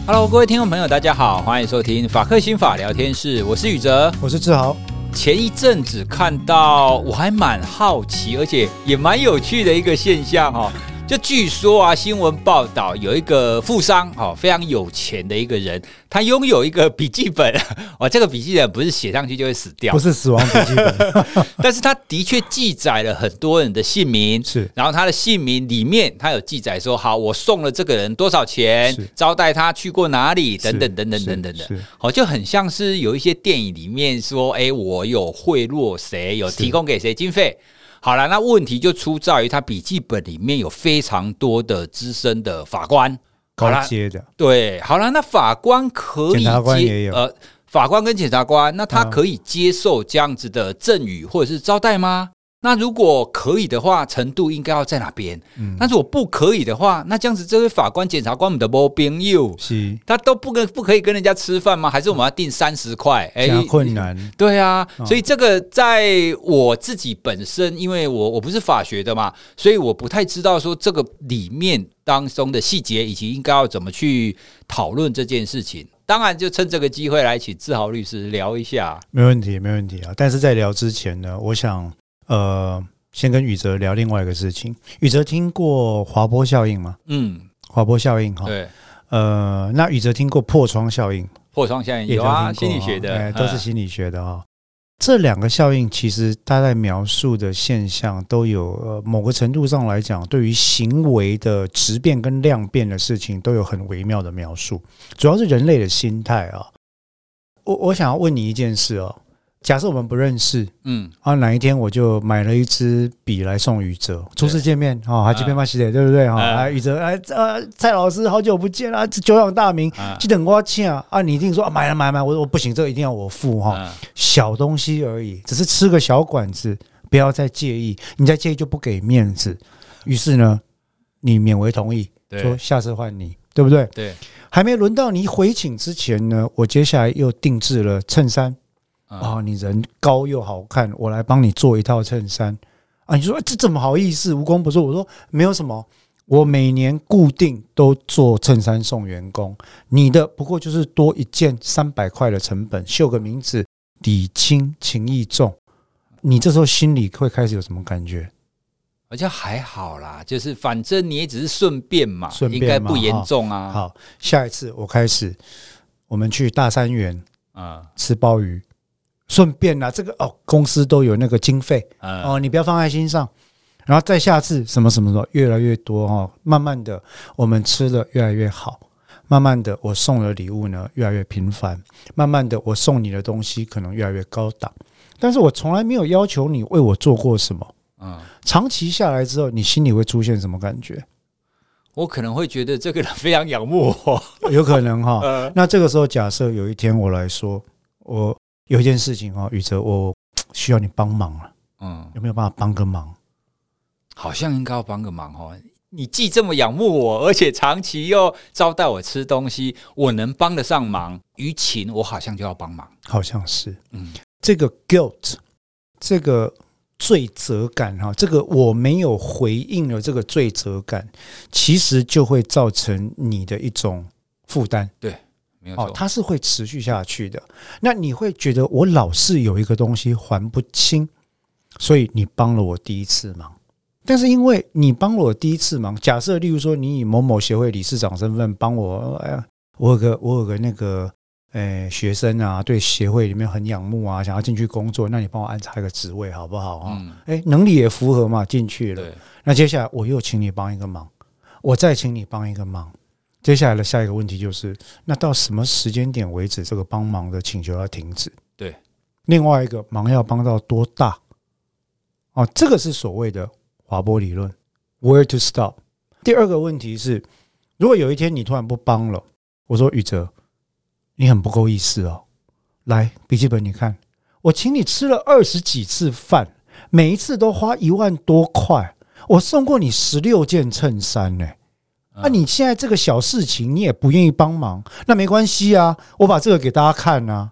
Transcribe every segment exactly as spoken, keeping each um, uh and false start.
Hello， 各位听众朋友，大家好，欢迎收听法客心法聊天室，我是宇哲， 我是志豪。 前一阵子看到，我还蛮好奇，而且也蛮有趣的一个现象哦。就据说啊，新闻报道有一个富商哦，非常有钱的一个人，他拥有一个笔记本哦，这个笔记本不是写上去就会死掉， 不是死亡笔记本， 但是他的确记载了很多人的姓名， 是， 然后他的姓名里面他有记载说，好，我送了这个人多少钱，招待他去过哪里，等等等等等等的，好，就很像是有一些电影里面说，哎，我有贿赂谁，有提供给谁经费。好了，那问题就出在于他笔记本里面有非常多的资深的法官， 高阶的， 对，好了，那法官可以接， 检察官也有， 呃，法官跟检察官，那他可以接受这样子的赠与或者是招待吗？那如果可以的话，程度应该要在哪边？嗯，那如果不可以的话，那这样子这位法官、检察官我们的没朋友， 是， 他都不跟不可以跟人家吃饭吗？还是我们要定三十块？哎， 加困难。 对啊，所以这个在我自己本身，因为我我不是法学的嘛，所以我不太知道说这个里面当中的细节，以及应该要怎么去讨论这件事情。当然，就趁这个机会来请志豪律师聊一下。 没问题，没问题啊！但是在聊之前呢，我想。呃，先跟宇哲聊另外一个事情。宇哲听过滑坡效应吗？嗯，滑坡效应哈。对。呃，那宇哲听过破窗效应？ 破窗效应有啊，心理学的， 哎，都是心理学的哈。这两个效应其实大概描述的现象都有，呃，某个程度上来讲，对于行为的质变跟量变的事情都有很微妙的描述。主要是人类的心态啊。我我想要问你一件事哦。假设我们不认识，嗯，啊，哪一天我就买了一支笔来送宇哲，初次见面，哈，还这边嘛是的，对不对？哈，来宇哲，来，呃，蔡老师，好久不见啦，久仰大名，记得我请啊，啊，你一定说啊，买了买了买，我我不行，这个一定要我付哈，小东西而已，只是吃个小馆子，不要再介意，你再介意就不给面子。于是呢，你勉为同意，说下次换你，对不对？对，还没轮到你回请之前呢，我接下来又定制了衬衫。哦，你人高又好看，我来帮你做一套衬衫啊！你说这怎么好意思？无功不做。我说没有什么，我每年固定都做衬衫送员工，你的不过就是多一件三百块的成本，绣个名字，礼轻情意重。你这时候心里会开始有什么感觉？ 而且还好啦，就是反正你也只是顺便嘛， 顺便嘛， 应该不严重啊。 好，下一次我开始，我们去大三元啊吃鲍鱼。顺便啦，这个哦，公司都有那个经费、嗯、哦，你不要放在心上。然后再下次什么什么什么越来越多哈、哦，慢慢的我们吃的越来越好，慢慢的我送的礼物呢越来越频繁，慢慢的我送你的东西可能越来越高档，但是我从来没有要求你为我做过什么。嗯，长期下来之后，你心里会出现什么感觉？ 我可能会觉得这个人非常仰慕我， 有可能哈、嗯。那这个时候假设有一天我来说，我。有一件事情哦，宇哲，我需要你帮忙了，嗯，有没有办法帮个忙？ 好像应该要帮个忙哦。你既这么仰慕我，而且长期又招待我吃东西，我能帮得上忙，于情我好像就要帮忙， 好像是，嗯，这个 guilt， 这个罪责感哈，这个我没有回应了这个罪责感，其实就会造成你的一种负担， 对。 哦，它是会持续下去的。那你会觉得我老是有一个东西还不清，所以你帮了我第一次忙。但是因为你帮了我第一次忙，假设例如说你以某某协会理事长身份帮我，哎，我有个我有个那个呃学生啊，对协会里面很仰慕啊，想要进去工作，那你帮我安插一个职位好不好啊？嗯，哎，能力也符合嘛，进去了。那接下来我又请你帮一个忙，我再请你帮一个忙。接下来的下一个问题就是，那到什么时间点为止，这个帮忙的请求要停止？对，另外一个忙要帮到多大？哦，这个是所谓的滑坡理论 ，where to stop？ 第二个问题是，如果有一天你突然不帮了，我说宇哲，你很不够意思哦。来，笔记本你看，我请你吃了二十几次饭，每一次都花一万多块，我送过你十六件衬衫呢、欸。啊，你现在这个小事情你也不愿意帮忙，那没关系啊，我把这个给大家看啊。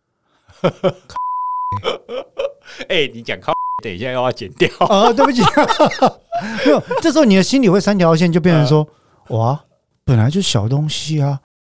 哎、欸，你讲靠，等一下又要剪掉啊，对不起，没有，这时候你的心里会三条线，就变成说，哇，本来就小东西啊，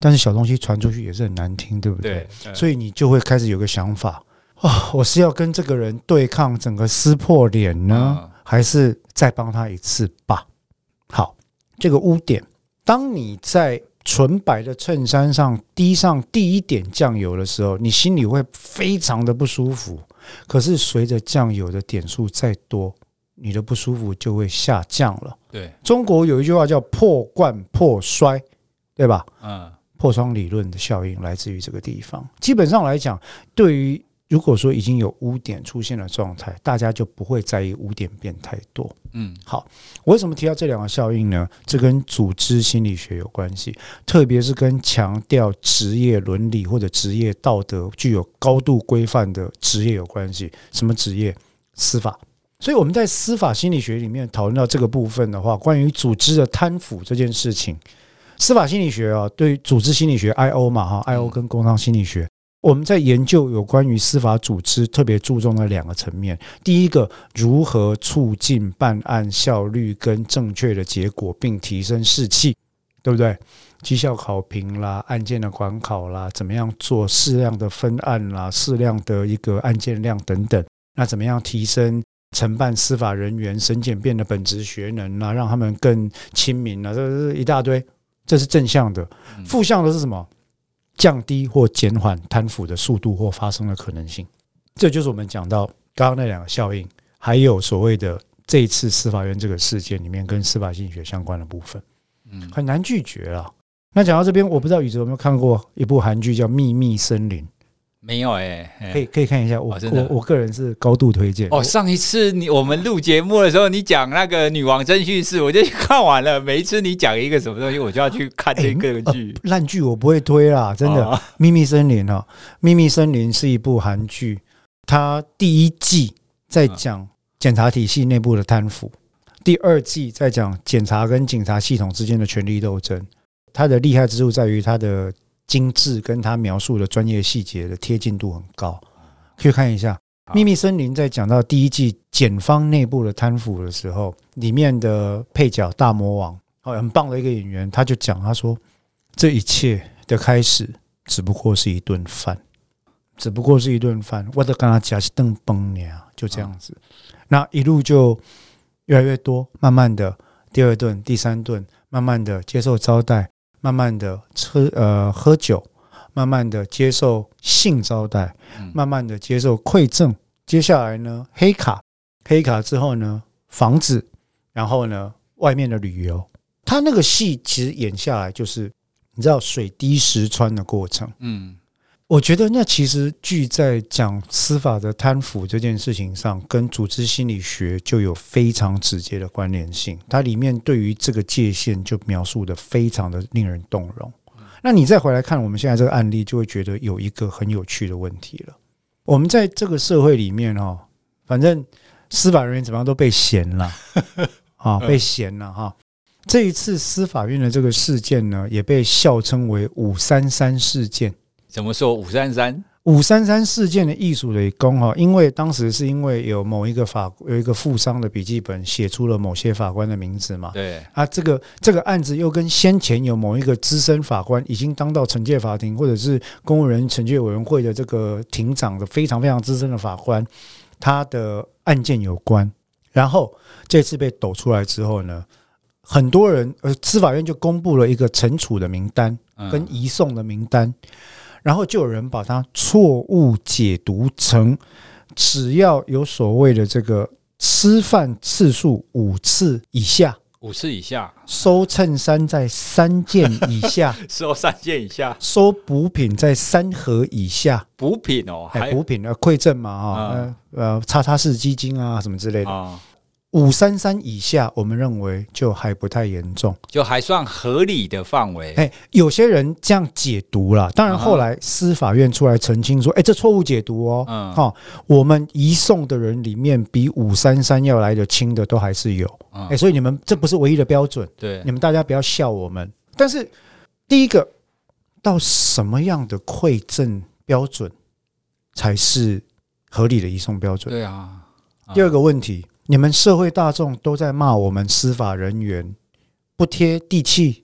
但是小东西传出去也是很难听，对不对？对，所以你就会开始有个想法，哦，我是要跟这个人对抗，整个撕破脸呢，嗯，还是再帮他一次吧？好，这个污点，当你在纯白的衬衫上滴上第一点酱油的时候，你心里会非常的不舒服。可是随着酱油的点数再多，你的不舒服就会下降了。对，中国有一句话叫破罐破摔，对吧？嗯，破窗理论的效应来自于这个地方。基本上来讲，对于如果说已经有污点出现的状态，大家就不会在意污点变太多。嗯，好，我为什么提到这两个效应呢？这跟组织心理学有关系，特别是跟强调职业伦理或者职业道德具有高度规范的职业有关系。什么职业？司法。所以我们在司法心理学里面讨论到这个部分的话，关于组织的贪腐这件事情，司法心理学啊，对于组织心理学 I O 嘛哈 ，I O 跟工商心理学。我们在研究有关于司法组织特别注重的两个层面，第一个，如何促进办案效率跟正确的结果，并提升士气，对不对？绩效考评啦，案件的管考啦，怎么样做适量的分案啦，适量的一个案件量等等，那怎么样提升承办司法人员审检辩的本质学能啦，让他们更亲民啦，这是一大堆，这是正向的。负向的是什么？降低或减缓贪腐的速度或发生的可能性。这就是我们讲到刚刚那两个效应，还有所谓的这一次司法院这个事件里面跟司法心理学相关的部分，很难拒绝啦。那讲到这边，我不知道宇哲有没有看过一部韩剧叫《秘密森林》？ 没有哎、欸， 可以可以看一下，我、哦、我我个人是高度推荐。 哦，上一次你我们录节目的时候，你讲那个女王侦讯室，我就看完了。每一次你讲一个什么东西，我就要去看这个剧。 烂、欸呃、剧我不会推啦，真的。哦、秘密森林啊，秘密森林是一部韩剧，它第一季在讲检察体系内部的贪腐，第二季在讲检察跟警察系统之间的权力斗争。它的厉害之处在于它的精致跟他描述的专业细节的贴近度很高，可以看一下《秘密森林》在讲到第一季检方内部的贪腐的时候，里面的配角大魔王很棒的一个演员，他就讲他说，这一切的开始只不过是一顿饭，只不过是一顿饭，我都跟他讲是顿崩呢，就这样子。那一路就越来越多，慢慢的第二顿、第三顿，慢慢的接受招待。慢慢的喝呃喝酒，慢慢的接受性招待，慢慢的接受馈赠，接下来呢黑卡，黑卡之后呢房子，然后呢外面的旅游。他那个戏其实演下来就是你知道水滴石穿的过程。嗯，我觉得那其实剧在讲司法的贪腐这件事情上，跟组织心理学就有非常直接的关联性。它里面对于这个界限就描述的非常的令人动容。那你再回来看我们现在这个案例，就会觉得有一个很有趣的问题了。我们在这个社会里面哦，反正司法人员怎么样都被嫌了啊，被嫌了哈。这一次司法院的这个事件呢，也被笑称为五三三事件。 怎么说五三三？ 五三三事件的艺术的功哈，因为当时是因为有某一个法有一个富商的笔记本写出了某些法官的名字嘛， 对啊，这个这个案子又跟先前有某一个资深法官已经当到惩戒法庭或者是公务人惩戒委员会的这个庭长的非常非常资深的法官，他的案件有关。然后这次被抖出来之后呢，很多人呃司法院就公布了一个惩处的名单跟移送的名单。嗯，然后就有人把它错误解读成，只要有所谓的这个吃饭次数五次以下， 五次以下， 收衬衫在三件以下， 收三件以下， 收补品在三盒以下， 补品哦， 还补品呃馈赠嘛啊、嗯，呃叉叉式基金啊什么之类的。嗯，五三三以下，我们认为就还不太严重， 就还算合理的范围。 欸、有些人这样解读啦，当然后来司法院出来澄清说，哎、欸，这错误解读哦、嗯喔。我们移送的人里面比五三三要来的轻的都还是有，哎、嗯欸，所以你们这不是唯一的标准，对，你们大家不要笑我们。但是第一个，到什么样的馈赠标准才是合理的移送标准？ 对啊。 嗯、第二个问题。你们社会大众都在骂我们司法人员不贴地气、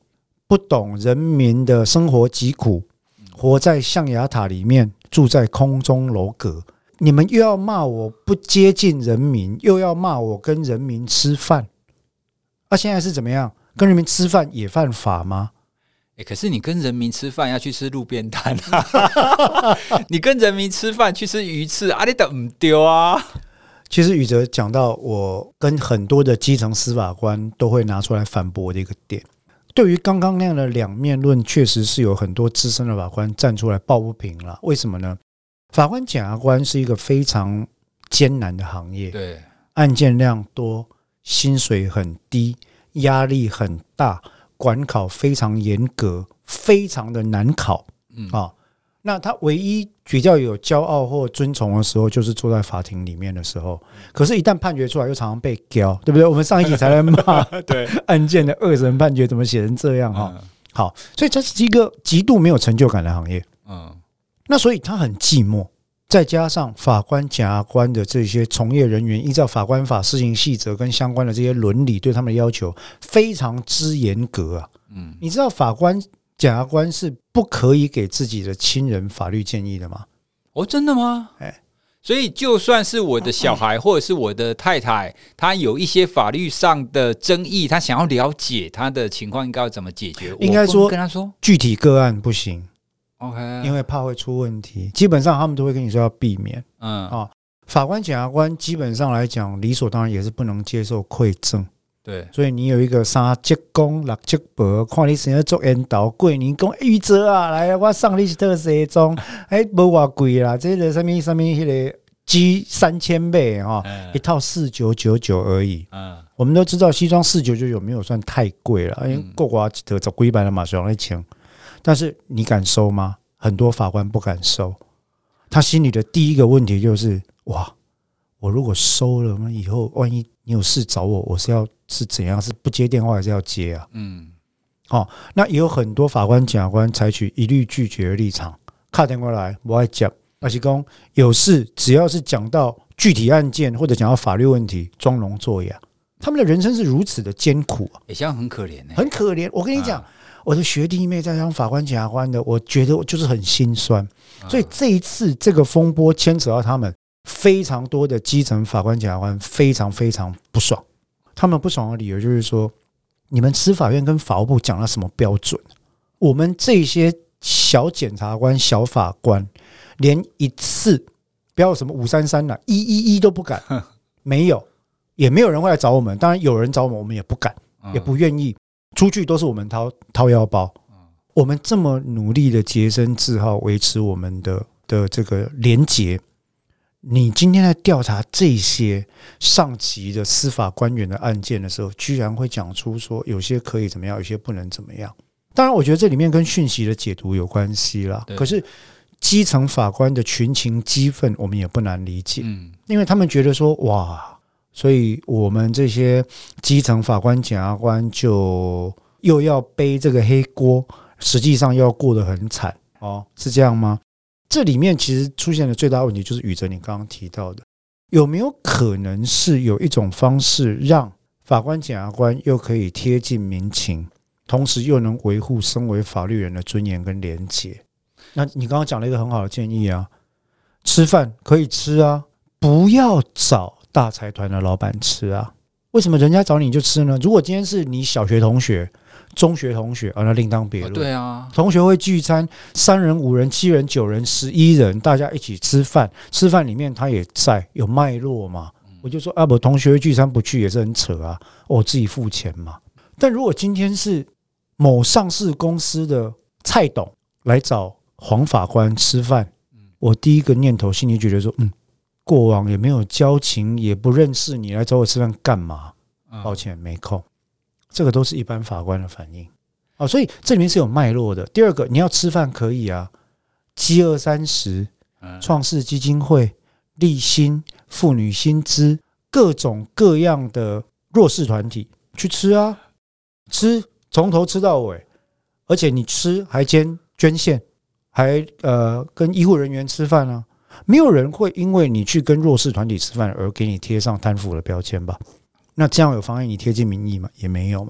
不懂人民的生活疾苦，活在象牙塔里面，住在空中楼阁。你们又要骂我不接近人民，又要骂我跟人民吃饭。啊，现在是怎么样？跟人民吃饭也犯法吗？ 欸、可是你跟人民吃饭要去吃路边摊啊，你跟人民吃饭去吃鱼翅，啊，你都不丢啊。 其实宇哲讲到我跟很多的基层司法官都会拿出来反驳的一个点，对于刚刚那样的两面论，确实是有很多资深的法官站出来抱不平了。为什么呢？法官检察官是一个非常艰难的行业， 对， 案件量多，薪水很低，压力很大，管考非常严格，非常的难考、嗯啊、那他唯一比较有骄傲或尊崇的时候，就是坐在法庭里面的时候。可是，一旦判决出来，又常常被刁，对不对？我们上一集才来骂对案件的二审判决怎么写成这样哈、嗯？好，所以这是一个极度没有成就感的行业。嗯，那所以他很寂寞。再加上法官、检察官的这些从业人员，依照法官法施行细则跟相关的这些伦理对他们的要求非常之严格啊。嗯，你知道法官、检察官是不可以给自己的亲人法律建议的吗？ 哦，真的吗？哎，所以就算是我的小孩或者是我的太太，他有一些法律上的争议，他想要了解他的情况应该要怎么解决， 应该说跟他说具体个案不行。 OK， 因为怕会出问题，基本上他们都会跟你说要避免。嗯啊，法官、检察官基本上来讲，理所当然也是不能接受馈赠。 对， 所以你有一个三节公、六节伯，看你现在做引导，过年讲宇哲啊，来，我送你一套西装，哎，不偌贵啦，这个什么什么那个 G 三千倍哈，一套四九九九而已。嗯，我们都知道西装四九九九没有算太贵了，因为过过一套十几百的嘛，上来请。但是你敢收吗？很多法官不敢收，他心里的第一个问题就是哇，我如果收了，以后万一你有事找我，我是要是怎样？是不接电话还是要接啊？嗯，哦，那也有很多法官、检察官采取一律拒绝的立场，打电话来不爱讲，而且讲有事只要是讲到具体案件或者讲到法律问题，装聋作哑。他们的人生是如此的艰苦啊， 也这样很可怜、欸、 很可怜。我跟你讲。啊，我的学弟妹在当法官、检察官的，我觉得就是很心酸。所以这一次这个风波牵扯到他们，非常多的基层法官、检察官非常非常不爽。他们不爽的理由就是说，你们司法院跟法务部讲了什么标准？我们这些小检察官、小法官，连一次不要什么五三三了，一一一都不敢，没有，也没有人会来找我们。当然有人找我们，我们也不敢，也不愿意。出去都是我们掏掏腰包，我们这么努力的洁身自好，维持我们的的这个廉洁。你今天在调查这些上级的司法官员的案件的时候，居然会讲出说有些可以怎么样，有些不能怎么样。当然，我觉得这里面跟讯息的解读有关系啦。可是基层法官的群情激愤，我们也不难理解，因为他们觉得说哇。所以我们这些基层法官、检察官就又要背这个黑锅，实际上又要过得很惨哦，是这样吗？这里面其实出现的最大问题就是宇哲你刚刚提到的，有没有可能是有一种方式让法官、检察官又可以贴近民情，同时又能维护身为法律人的尊严跟廉洁？那你刚刚讲了一个很好的建议啊，吃饭可以吃啊，不要找大财团的老板吃啊，为什么人家找你就吃呢？如果今天是你小学同学、中学同学，啊，那另当别论。 对啊， 同学会聚餐，三人、五人、七人、九人、十一人，大家一起吃饭，吃饭里面他也在，有脉络嘛。我就说啊，我同学会聚餐不去也是很扯啊，我自己付钱嘛。但如果今天是某上市公司的蔡董来找黄法官吃饭，我第一个念头心里觉得说，嗯。过往也没有交情，也不认识你，来找我吃饭干嘛？抱歉，没空。这个都是一般法官的反应。哦，所以这里面是有脉络的。第二个，你要吃饭可以啊，饥饿三十、创世基金会、立新、妇女薪资，各种各样的弱势团体去吃啊，吃从头吃到尾，而且你吃还兼捐献，还呃跟医护人员吃饭啊。没有人会因为你去跟弱势团体吃饭而给你贴上贪腐的标签吧？那这样有妨碍你贴近民意吗？也没有嘛。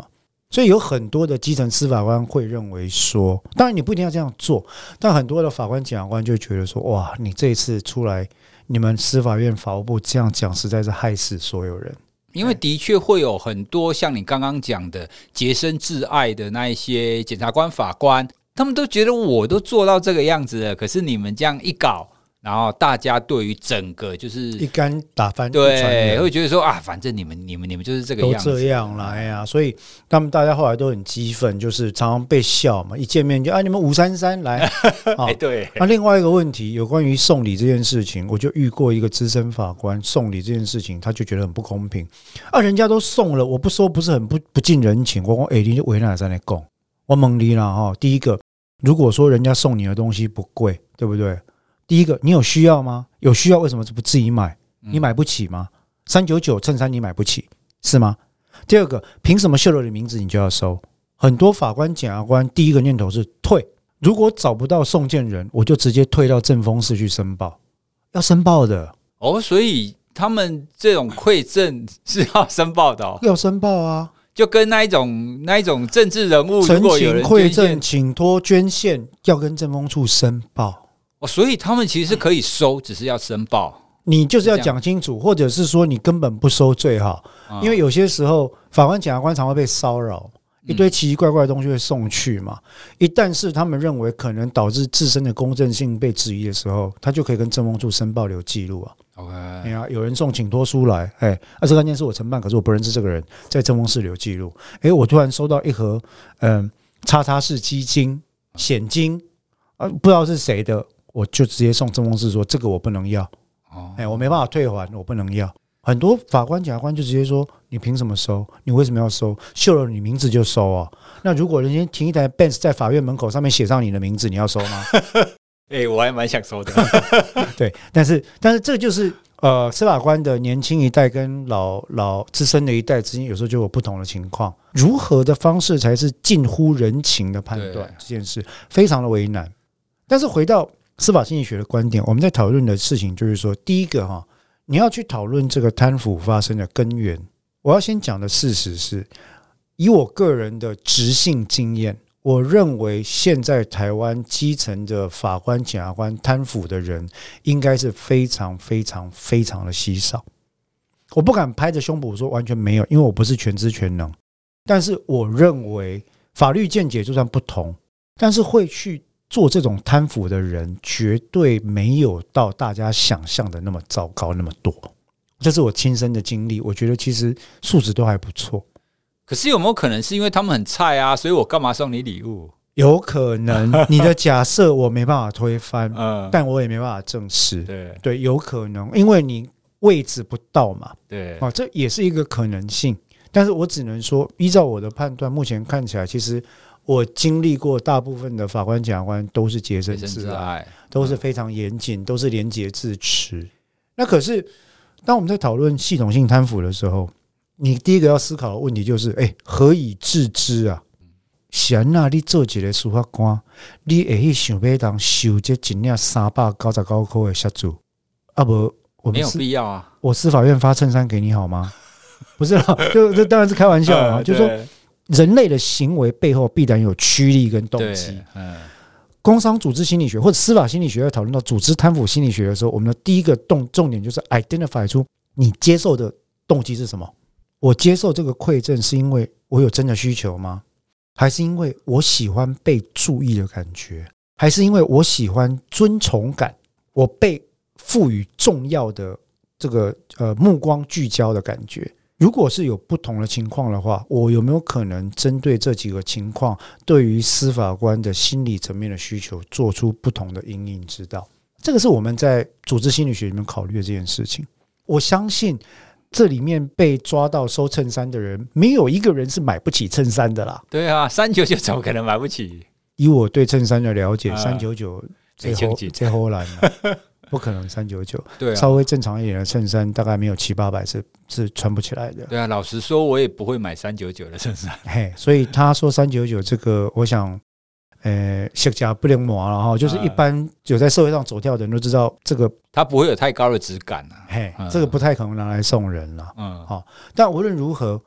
所以有很多的基层司法官会认为说，当然你不一定要这样做，但很多的法官检察官就会觉得说，哇，你这一次出来，你们司法院法务部这样讲，实在是害死所有人。 因为的确会有很多像你刚刚讲的洁身自爱的那一些检察官法官，他们都觉得我都做到这个样子了，可是你们这样一搞，然后大家对于整个就是一竿打翻， 对，会觉得说啊，反正你们你们你们就是这个样子， 都这样了，哎呀，所以他们大家后来都很激愤，就是常常被笑嘛，一见面就啊，你们五三三来， 哎，对。 那、啊、另外一个问题，有关于送礼这件事情，我就遇过一个资深法官，送礼这件事情，他就觉得很不公平啊，人家都送了，我不收不是很不不近人情？我说哎，你就为哪在那讲？我问你啦哈，第一个，如果说人家送你的东西不贵，对不对？第一个，你有需要吗？有需要为什么不自己买？你买不起吗？三九九衬衫你买不起是吗？第二个，凭什么秀了你名字你就要收？很多法官检察官第一个念头是退，如果找不到送件人，我就直接退到政风室去申报，要申报的哦。所以他们这种馈赠是要申报的哦， 要申报啊。 就跟那一种那一种政治人物， 陈情馈赠、请托、捐献，要跟政风处申报。 哦，所以他们其实是可以收，只是要申报。 你就是要讲清楚，或者是说你根本不收最好，嗯、因为有些时候法官、检察官常会被骚扰，一堆奇奇怪怪的东西会送去嘛。一旦是他们认为可能导致自身的公正性被质疑的时候，他就可以跟政风处申报留记录啊。 OK， 哎呀，有人送请托书来，哎，啊，这个案件是我承办，可是我不认识这个人，在政风室留记录。哎，我突然收到一盒嗯叉叉式基金险金，啊，不知道是谁的。我就直接送政风室说这个我不能要，哦，哎，我没办法退还，我不能要。很多法官、检察官就直接说：“你凭什么收？你为什么要收？秀了你名字就收啊？那如果人家停一台 Benz 在法院门口，上面写上你的名字，你要收吗？” 哎、欸，我还蛮想收的。 对，但是但是这就是呃，司法官的年轻一代跟老老资深的一代之间，有时候就有不同的情况。如何的方式才是近乎人情的判断这件事，非常的为难。但是回到司法心理学的观点，我们在讨论的事情就是说，第一个哈，你要去讨论这个贪腐发生的根源。我要先讲的事实是，以我个人的直性经验，我认为现在台湾基层的法官、检察官贪腐的人，应该是非常非常非常的稀少。我不敢拍着胸脯说完全没有，因为我不是全知全能。但是我认为法律见解就算不同，但是会去做这种贪腐的人绝对没有到大家想象的那么糟糕那么多，这是我亲身的经历。我觉得其实素质都还不错。 可是有没有可能是因为他们很菜啊，所以我干嘛送你礼物？ 有可能，你的假设我没办法推翻、嗯、但我也没办法证实。对对，有可能，因为你位置不到嘛。对、哦、这也是一个可能性。但是我只能说，依照我的判断，目前看起来其实我经历过大部分的法官、检察官都是洁身自爱，都是非常严谨，都是廉洁自持。那可是当我们在讨论系统性贪腐的时候，你第一个要思考的问题就是：哎，何以治之啊？显然你做一个司法官，你会去想要当收这一领三百九十九块的协助啊？不，我没有必要啊！ 我司法院发衬衫给你好吗？不是啦，就这当然是开玩笑啊！就是说，人类的行为背后必然有驱力跟动机。工商组织心理学或者司法心理学在讨论到组织贪腐心理学的时候，我们的第一个重重点就是 identify 出你接受的动机是什么。我接受这个馈赠是因为我有真的需求吗？还是因为我喜欢被注意的感觉？还是因为我喜欢尊崇感？我被赋予重要的这个呃目光聚焦的感觉？如果是有不同的情况的话，我有没有可能针对这几个情况，对于司法官的心理层面的需求做出不同的因应之道？这个是我们在组织心理学里面考虑的这件事情。我相信这里面被抓到收衬衫的人，没有一个人是买不起衬衫的啦。 对啊，三九九怎么可能买不起？ 以我对衬衫的了解，三九九最后最后来不可能三九九，对、啊，稍微正常一点的衬衫大概没有七八百是是穿不起来的。 对啊，老实说，我也不会买三九九的衬衫。 嘿，所以他说三九九这个，我想，呃，卸甲不能磨了哈，就是一般有在社会上走跳的人都知道，这个它不会有太高的质感啊。 嘿，这个不太可能拿来送人了。嗯，好，但无论如何，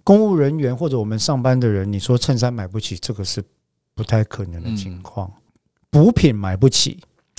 公务人员或者我们上班的人，你说衬衫买不起，这个是不太可能的情况。嗯、补品买不起，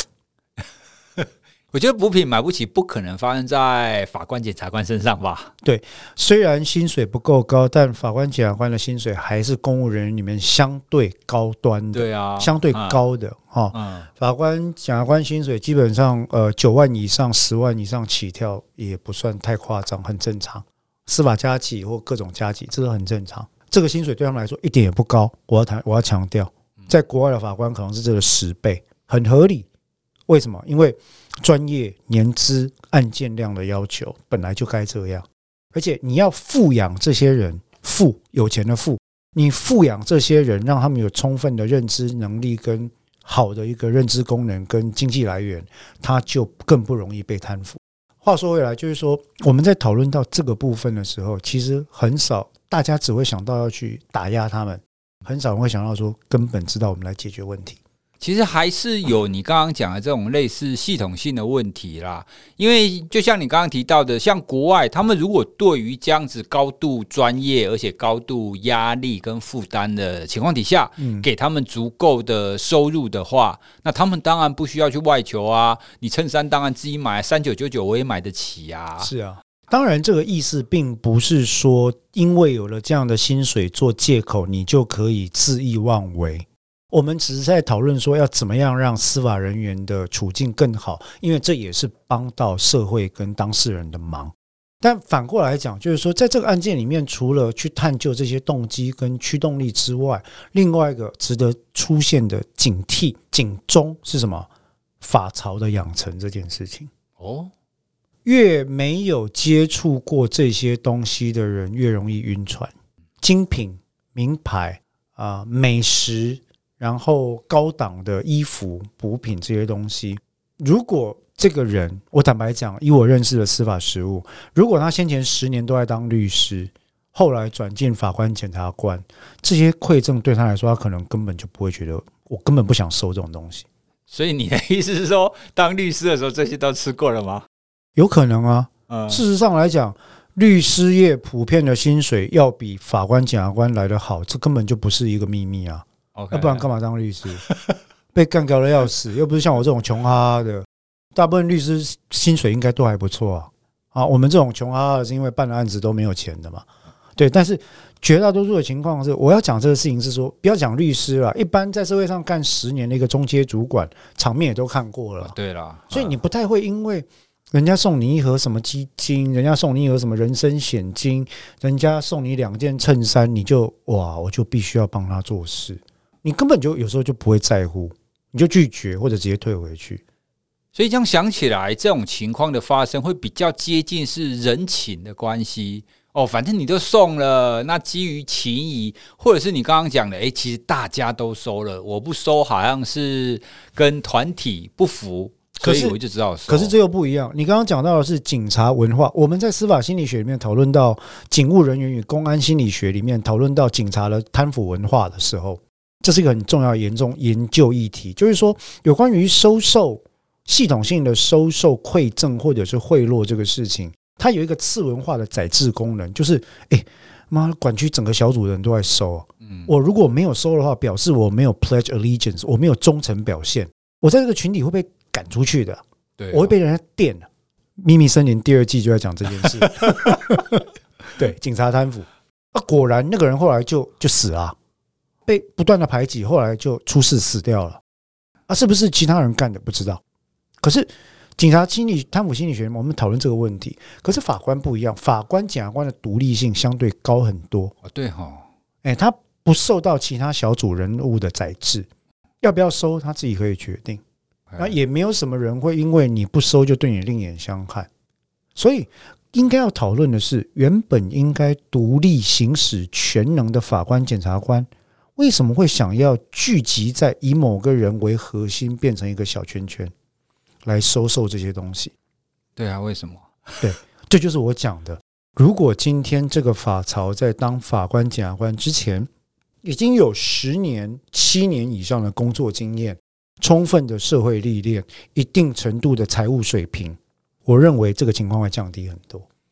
我觉得补品买不起不可能发生在法官、检察官身上吧？ 对，虽然薪水不够高，但法官、检察官的薪水还是公务人员里面相对高端的， 对啊， 相对高的哈、嗯哦。法官、检察官薪水基本上呃九万以上、十万以上起跳，也不算太夸张，很正常。司法加级或各种加级，这都很正常。这个薪水对他们来说一点也不高，我要谈，我要强调，在国外的法官可能是这个十倍，很合理。为什么？因为专业、年资、案件量的要求本来就该这样，而且你要富养这些人，富有钱的富，你富养这些人，让他们有充分的认知能力跟好的一个认知功能跟经济来源，他就更不容易被贪腐。话说回来，就是说我们在讨论到这个部分的时候，其实很少，大家只会想到要去打压他们，很少人会想到说根本知道我们来解决问题。 其实还是有你刚刚讲的这种类似系统性的问题啦，因为就像你刚刚提到的，像国外他们如果对于这样子高度专业而且高度压力跟负担的情况底下、嗯、给他们足够的收入的话，那他们当然不需要去外求啊，你衬衫当然自己买三九九九我也买得起啊。 是啊，当然这个意思并不是说因为有了这样的薪水做借口你就可以恣意妄为，我们只是在讨论说要怎么样让司法人员的处境更好，因为这也是帮到社会跟当事人的忙。但反过来讲，就是说在这个案件里面，除了去探究这些动机跟驱动力之外，另外一个值得出现的警惕警钟是什么？法曹的养成这件事情。哦，越没有接触过这些东西的人越容易晕船。精品、名牌、呃、美食，然后高档的衣服、补品这些东西，如果这个人，我坦白讲，以我认识的司法实务，如果他先前十年都在当律师，后来转进法官、检察官，这些馈赠对他来说，他可能根本就不会觉得，我根本不想收这种东西。 所以你的意思是说，当律师的时候这些都吃过了吗？ 有可能啊。嗯、事实上来讲，律师业普遍的薪水要比法官、检察官来得好，这根本就不是一个秘密啊。Okay. 要不然干嘛当律师？被干掉了要死，又不是像我这种穷哈哈的。大部分律师薪水应该都还不错啊。啊，我们这种穷哈哈的是因为办的案子都没有钱的嘛。对，但是绝大多数的情况是，我要讲这个事情是说，不要讲律师啦，一般在社会上干十年的一个中阶主管，场面也都看过了。 对啦， 所以你不太会因为人家送你一盒什么基金，人家送你一盒什么人身险金，人家送你两件衬衫，你就哇，我就必须要帮他做事。你根本就有时候就不会在乎，你就拒绝或者直接退回去。 所以这样想起来，这种情况的发生会比较接近是人情的关系哦。反正你都送了，那基于情谊，或者是你刚刚讲的，哎，其实大家都收了，我不收好像是跟团体不符，所以我就知道收。 可是这又不一样。你刚刚讲到的是警察文化，我们在司法心理学里面讨论到警务人员与公安心理学里面讨论到警察的贪腐文化的时候，这是一个很重要的严重研究议题，就是说有关于收受系统性的收受馈赠或者是贿赂这个事情，它有一个次文化的载制功能，就是哎，妈，管区整个小组的人都在收、啊嗯、我如果没有收的话，表示我没有 pledge allegiance， 我没有忠诚表现，我在这个群体会被赶出去的，对、哦，我会被人家电的。秘密森林第二季就在讲这件事，对，警察贪腐啊，果然那个人后来就就死了、啊。被不断的排挤，后来就出事死掉了啊！是不是其他人干的不知道？可是警察心理贪腐心理学，我们讨论这个问题。可是法官不一样，法官、检察官的独立性相对高很多。 哦、对哈、哦， 哎，他不受到其他小组人物的宰制，要不要收他自己可以决定。那也没有什么人会因为你不收就对你另眼相看。所以应该要讨论的是，原本应该独立行使权能的法官、检察官。为什么会想要聚集在以某个人为核心变成一个小圈圈来收受这些东西？ 对啊，为什么？ 对，这就是我讲的。如果今天这个法曹在当法官、检察官之前已经有十年、七年以上的工作经验，充分的社会历练，一定程度的财务水平，我认为这个情况会降低很多。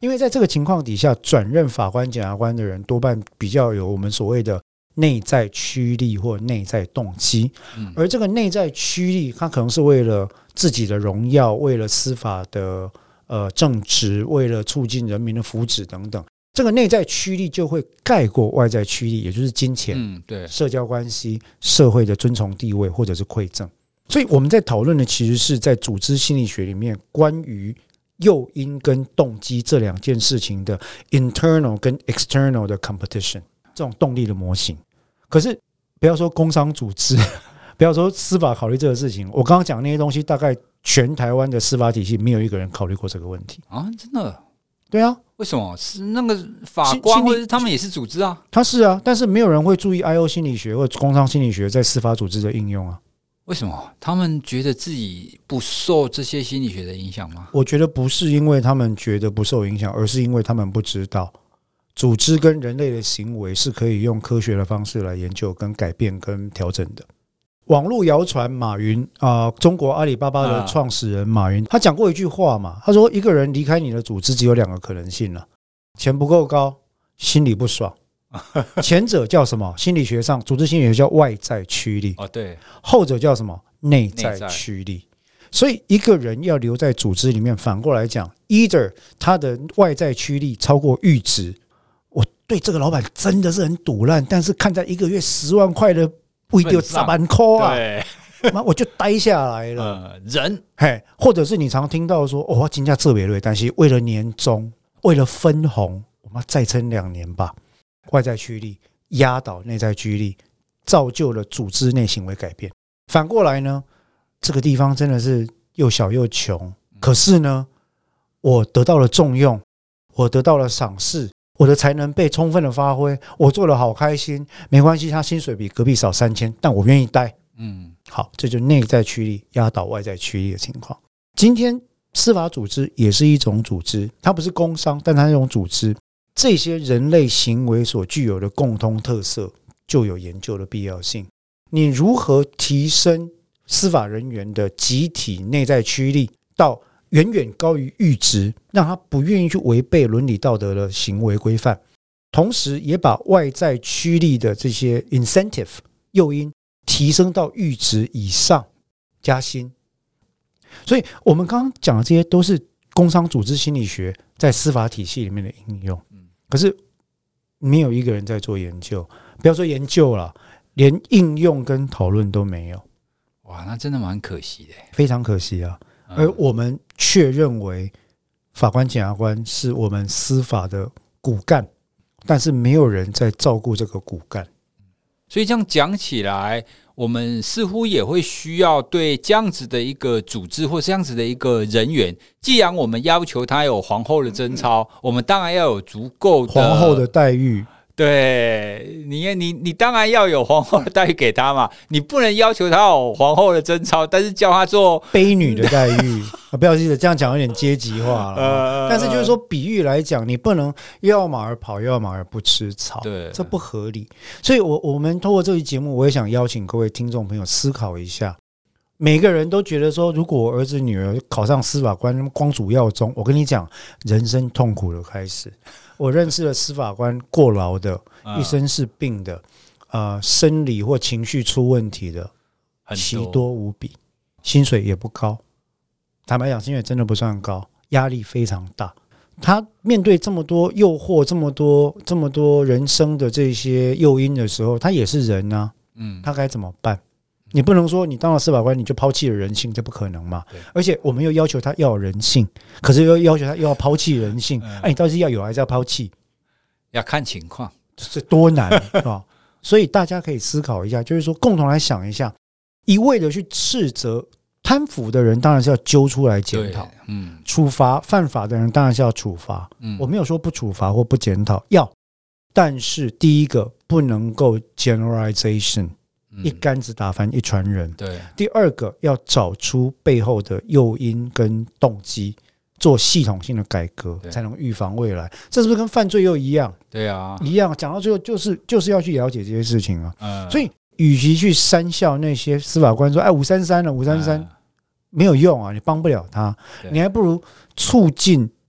因为在这个情况底下，转任法官、检察官的人多半比较有我们所谓的内在驱力或内在动机，嗯、而这个内在驱力，它可能是为了自己的荣耀，为了司法的呃正直，为了促进人民的福祉等等。这个内在驱力就会盖过外在驱力，也就是金钱、嗯、对社交关系、社会的尊崇地位或者是馈赠。所以我们在讨论的其实是在组织心理学里面关于诱因跟动机这两件事情的 internal 跟 external 的 competition， 这种动力的模型。可是不要说工商组织，不要说司法考虑这个事情，我刚刚讲那些东西，大概全台湾的司法体系没有一个人考虑过这个问题啊！真的？ 对啊。 为什么？是那个法官或者他们也是组织啊？ 他是啊，但是没有人会注意 I O 心理学或工商心理学在司法组织的应用啊。 为什么？他们觉得自己不受这些心理学的影响吗？ 我觉得不是因为他们觉得不受影响，而是因为他们不知道组织跟人类的行为是可以用科学的方式来研究、跟改变、跟调整的。网络谣传马云啊、呃，中国阿里巴巴的创始人马云，他讲过一句话嘛，他说一个人离开你的组织只有两个可能性了：钱不够高，心里不爽。前者叫什么？心理学上，组织心理学叫外在驱力。 哦，对。 后者叫什么？内在驱力。所以一个人要留在组织里面，反过来讲 ，either 他的外在驱力超过阈值，我对这个老板真的是很赌烂，但是看在一个月十万块的为丢十万块啊，那我就待下来了。 呃、人， 嘿，或者是你常听到说，哦，我金价特别累，但是为了年终，为了分红，我们再撑两年吧。外在驱力压倒内在驱力，造就了组织内行为改变。反过来呢，这个地方真的是又小又穷，可是呢，我得到了重用，我得到了赏识，我的才能被充分的发挥，我做得好开心，没关系，他薪水比隔壁少三千，但我愿意待。嗯，好，这就是内在驱力压倒外在驱力的情况。今天司法组织也是一种组织，它不是工商，但它是一种组织。这些人类行为所具有的共通特色，就有研究的必要性。你如何提升司法人员的集体内在驱力到远远高于阈值，让他不愿意去违背伦理道德的行为规范，同时也把外在驱力的这些 incentive 诱因提升到阈值以上，加薪。所以我们刚刚讲的这些都是工商组织心理学在司法体系里面的应用，可是没有一个人在做研究，不要说研究了，连应用跟讨论都没有。 哇，那真的蛮可惜的， 非常可惜啊！而我们却认为法官、检察官是我们司法的骨干，但是没有人在照顾这个骨干。 所以这样讲起来，我们似乎也会需要对这样子的一个组织或这样子的一个人员，既然我们要求他有皇后的贞操，我们当然要有足够的皇后的待遇。 对，你你你当然要有皇后的待遇给他嘛，你不能要求他有皇后的贞操，但是叫他做卑女的待遇。不要记得这样讲有点阶级化了、呃，但是就是说比喻来讲，你不能又要马儿跑又要马儿不吃草，对，这不合理。所以我我们透过这期节目，我也想邀请各位听众朋友思考一下。每个人都觉得说，如果我儿子女儿考上司法官，光祖耀宗，我跟你讲，人生痛苦的开始。我认识了司法官过劳的，一身是病的，呃，生理或情绪出问题的，奇多无比，薪水也不高。坦白讲，薪水真的不算高，压力非常大。他面对这么多诱惑，这么多这么多人生的这些诱因的时候，他也是人啊，嗯，他该怎么办？你不能说你当了司法官你就抛弃了人性，这不可能嘛。而且我们又要求他要有人性，可是又要求他又要抛弃人性，哎、嗯啊，你到底是要有还是要抛弃？ 要看情况， 这多难啊！所以大家可以思考一下，就是说共同来想一下，一味的去斥责贪腐的人，当然是要揪出来检讨，嗯，处罚犯法的人当然是要处罚，嗯，我没有说不处罚或不检讨，要，但是第一个不能够 generalization。一竿子打翻一船人。对，第二个要找出背后的诱因跟动机，做系统性的改革，才能预防未来。这是不是跟犯罪又一样？对啊，一样。讲到最后，就是就是要去了解这些事情啊。嗯，所以，与其去煽笑那些司法官说：“哎，五三三了，五三三没有用啊，你帮不了他。”你还不如促进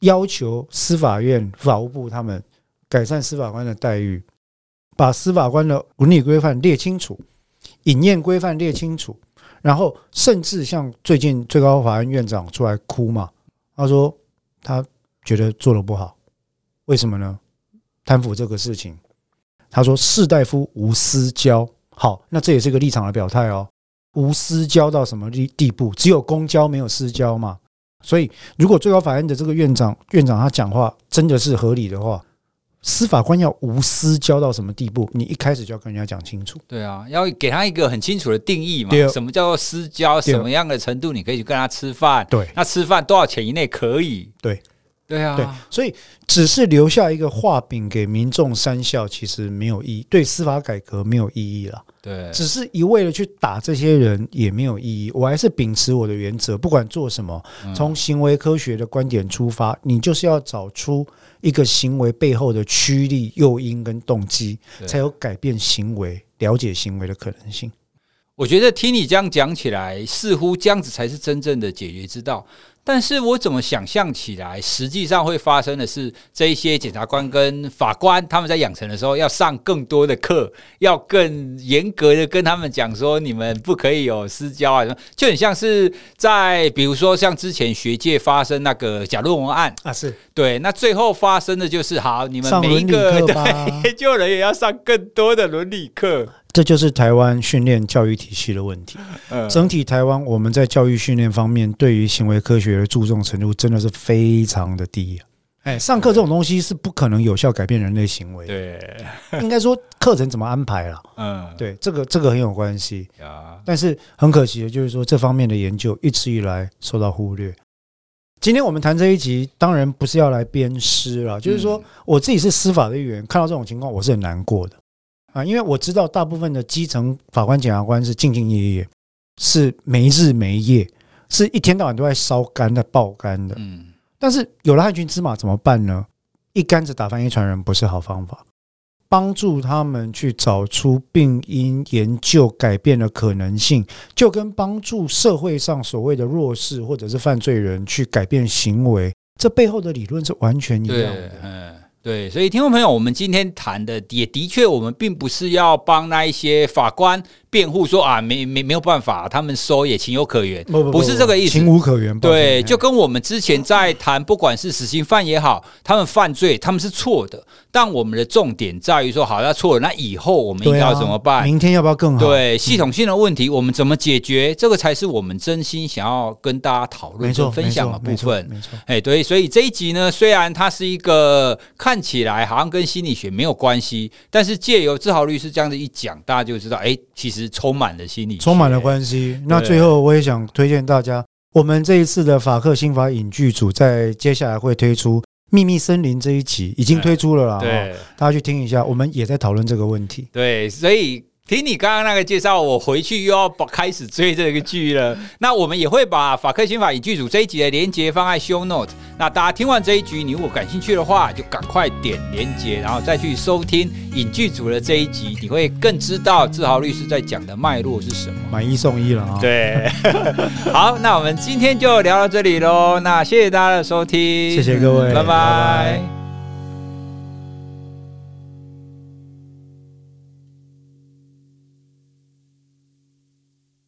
要求司法院、法务部他们改善司法官的待遇，把司法官的伦理规范列清楚，饮宴规范列清楚，然后甚至像最近最高法院院长出来哭嘛，他说他觉得做得不好，为什么呢？贪腐这个事情，他说士大夫无私交，好，那这也是一个立场的表态哦。无私交到什么地步？只有公交没有私交嘛。所以，如果最高法院的这个院长院长他讲话真的是合理的话，司法官要无私交到什么地步？你一开始就要跟人家讲清楚。 对啊，要给他一个很清楚的定义嘛。什么叫做私交？什么样的程度你可以去跟他吃饭？ 对， 那吃饭多少钱以内可以？ 对。 对啊， 对，所以只是留下一个画饼给民众三笑，其实没有意义，对司法改革没有意义了。 对， 只是一味的去打这些人也没有意义。我还是秉持我的原则，不管做什么，从行为科学的观点出发，你就是要找出一个行为背后的驱力、诱因跟动机，才有改变行为、了解行为的可能性。 我觉得听你这样讲起来，似乎这样子才是真正的解决之道。但是我怎么想象起来，实际上会发生的是，这一些检察官跟法官他们在养成的时候，要上更多的课，要更严格的跟他们讲说，你们不可以有私交啊，就很像是在比如说像之前学界发生那个假论文案啊，是对，那最后发生的就是好，你们每一个研究人也要上更多的伦理课。 这就是台湾训练教育体系的问题。整体台湾我们在教育训练方面，对于行为科学的注重程度真的是非常的低。哎，上课这种东西是不可能有效改变人类行为。 对， 应该说课程怎么安排啦。嗯，对，这个这个很有关系。但是很可惜的就是说，这方面的研究一直以来受到忽略。今天我们谈这一集，当然不是要来鞭尸啦，就是说我自己是司法的一员，看到这种情况，我是很难过的。啊，因为我知道大部分的基层法官、检察官是兢兢业业，是没日没夜，是一天到晚都在烧肝、在爆肝的。嗯，但是有了害群之马怎么办呢？一竿子打翻一船人不是好方法。帮助他们去找出病因、研究改变的可能性，就跟帮助社会上所谓的弱势或者是犯罪人去改变行为，这背后的理论是完全一样的。 对，所以听众朋友，我们今天谈的也的确，我们并不是要帮那一些法官辩护说啊，没没没有办法，他们收也情有可原，不, 不, 不, 不是这个意思， 情无可原。 对，就跟我们之前在谈，不管是死刑犯也好，他们犯罪，他们是错的，但我们的重点在于说，好，他错了，那以后我们应该要怎么办？ 啊、明天要不要更好？ 对，系统性的问题，我们怎么解决？这个才是我们真心想要跟大家讨论、跟分享的部分。 没错， 哎，对，所以这一集呢，虽然它是一个看起来好像跟心理学没有关系，但是借由志豪律师这样子一讲，大家就知道，哎，其实充满了心理学， 充满了关系。那最后我也想推荐大家，我们这一次的法客心法影剧组在接下来会推出《秘密森林》这一集，已经推出了啦，对，大家去听一下，我们也在讨论这个问题。 对，所以听你刚刚那个介绍，我回去又要开始追这个剧了。那我们也会把法客心法影剧组这一集的连结放在 show note。那大家听完这一集，你如果感兴趣的话，就赶快点连结，然后再去收听影剧组的这一集，你会更知道志豪律师在讲的脉络是什么。 买一送一了啊！ 对，好，那我们今天就聊到这里喽。那谢谢大家的收听， 谢谢各位， 拜拜。拜拜。